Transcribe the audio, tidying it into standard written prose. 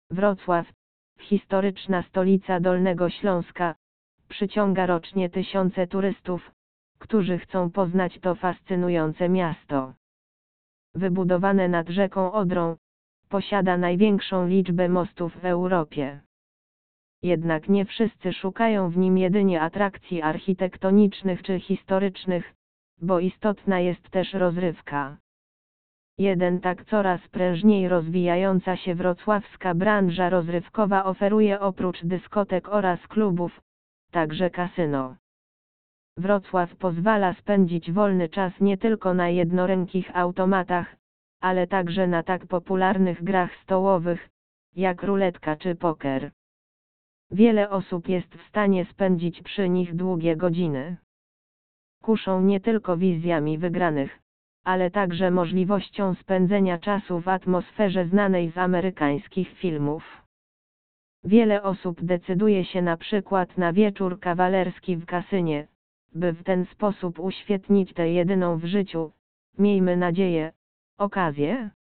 Wrocław, historyczna stolica Dolnego Śląska, przyciąga rocznie tysiące turystów, którzy chcą poznać to fascynujące miasto. Wybudowane nad rzeką Odrą, posiada największą liczbę mostów w Europie. Jednak nie wszyscy szukają w nim jedynie atrakcji architektonicznych czy historycznych, bo istotna jest też rozrywka. Tak coraz prężniej rozwijająca się wrocławska branża rozrywkowa oferuje oprócz dyskotek oraz klubów, także kasyno. Wrocław pozwala spędzić wolny czas nie tylko na jednorękich automatach, ale także na tak popularnych grach stołowych, jak ruletka czy poker. Wiele osób jest w stanie spędzić przy nich długie godziny. Kuszą nie tylko wizjami wygranych, ale także możliwością spędzenia czasu w atmosferze znanej z amerykańskich filmów. Wiele osób decyduje się na przykład na wieczór kawalerski w kasynie, by w ten sposób uświetnić tę jedyną w życiu, miejmy nadzieję, okazję.